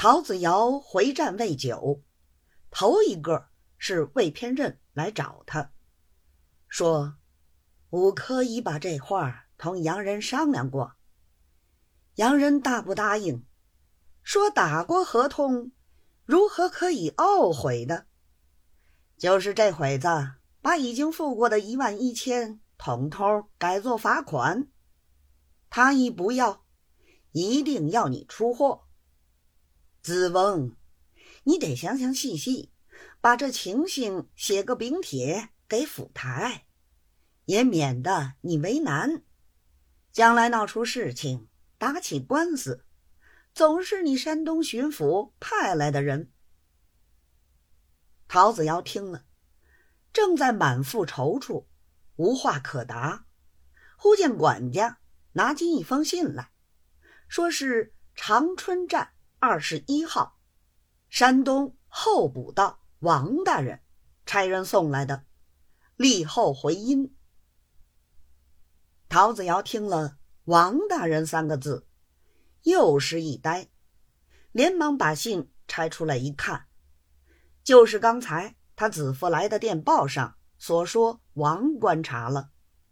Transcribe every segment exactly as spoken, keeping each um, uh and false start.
陶子尧回战未久，头一个是魏偏任来找他，说吾可以把这话同洋人商量过。洋人答不答应，说打过合同，如何可以懊悔的？就是这会子把已经付过的一万一千统统改作罚款，他一不要，一定要你出货。子翁，你得详详细细把这情形写个禀帖给府台，也免得你为难，将来闹出事情，打起官司，总是你山东巡抚派来的人。陶子尧听了，正在满腹踌躇，无话可答，忽见管家拿进一封信来，说是长春站二十一号山东候补道王大人差人送来的，立后回音。陶子尧听了王大人三个字，又是一呆，连忙把信拆出来一看，就是刚才他子父来的电报上所说王观察了。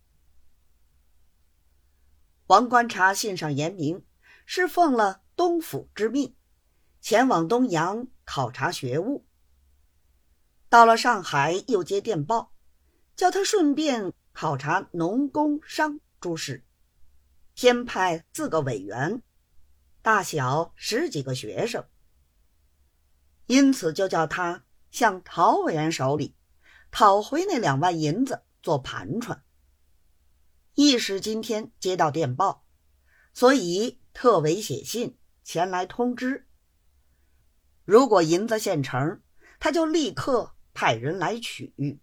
王观察信上言明是奉了东府之命，前往东洋考察学务，到了上海又接电报，叫他顺便考察农工商诸事，添派四个委员，大小十几个学生，因此就叫他向陶委员手里讨回那两万银子做盘缠。一时今天接到电报，所以特为写信前来通知，如果银子现成，他就立刻派人来取。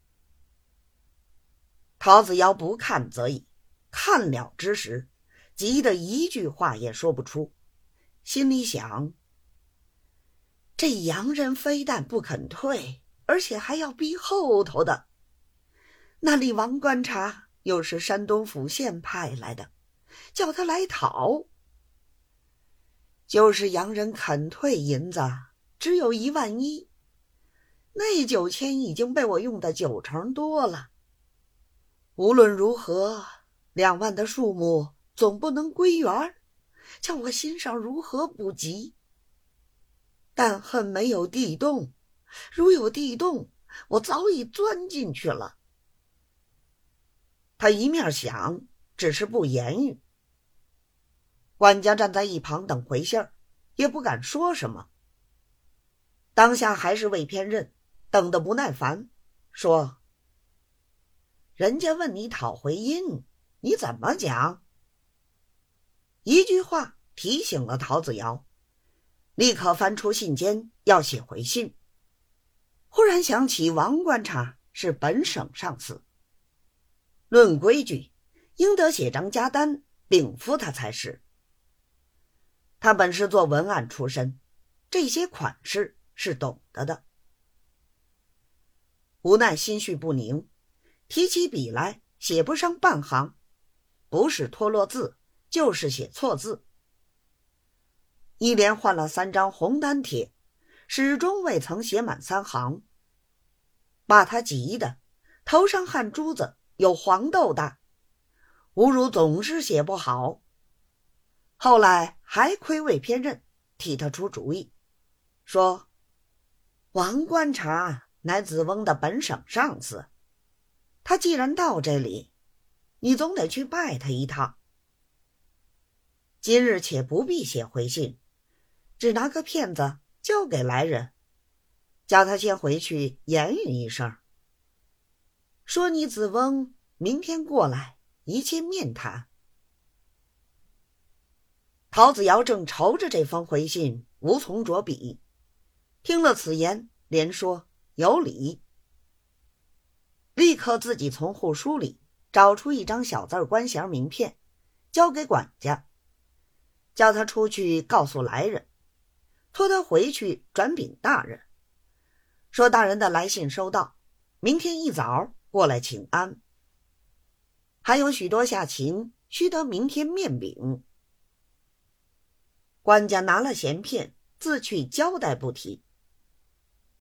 陶子尧不看则已，看了之时，急得一句话也说不出，心里想，这洋人非但不肯退，而且还要逼后头的。那李王观察又是山东府县派来的，叫他来讨。就是洋人肯退银子，只有一万一，那九千已经被我用的九成多了。无论如何，两万的数目总不能归元，叫我心上如何不急？但恨没有地洞，如有地洞，我早已钻进去了。他一面想，只是不言语。管家站在一旁等回信儿，也不敢说什么。当下还是魏偏任等得不耐烦，说：人家问你讨回音，你怎么讲？一句话提醒了陶子尧，立刻翻出信笺要写回信。忽然想起王观察是本省上司，论规矩应得写张家单禀赋他才是。他本是做文案出身，这些款式是懂得的。无奈心绪不宁，提起笔来写不上半行，不是脱落字，就是写错字。一连换了三张红单帖，始终未曾写满三行，把他急的头上汗珠子有黄豆大，吴如总是写不好。后来还亏魏偏任替他出主意，说王观察乃子翁的本省上司，他既然到这里，你总得去拜他一趟。今日且不必写回信，只拿个片子交给来人，叫他先回去言语一声，说你子翁明天过来一切面谈。陶子尧正愁着这封回信无从着笔，听了此言，连说有理，立刻自己从户书里找出一张小字官衔名片，交给管家，叫他出去告诉来人，托他回去转禀大人，说大人的来信收到，明天一早过来请安，还有许多下情须得明天面禀。官家拿了闲片， 自去交代不提。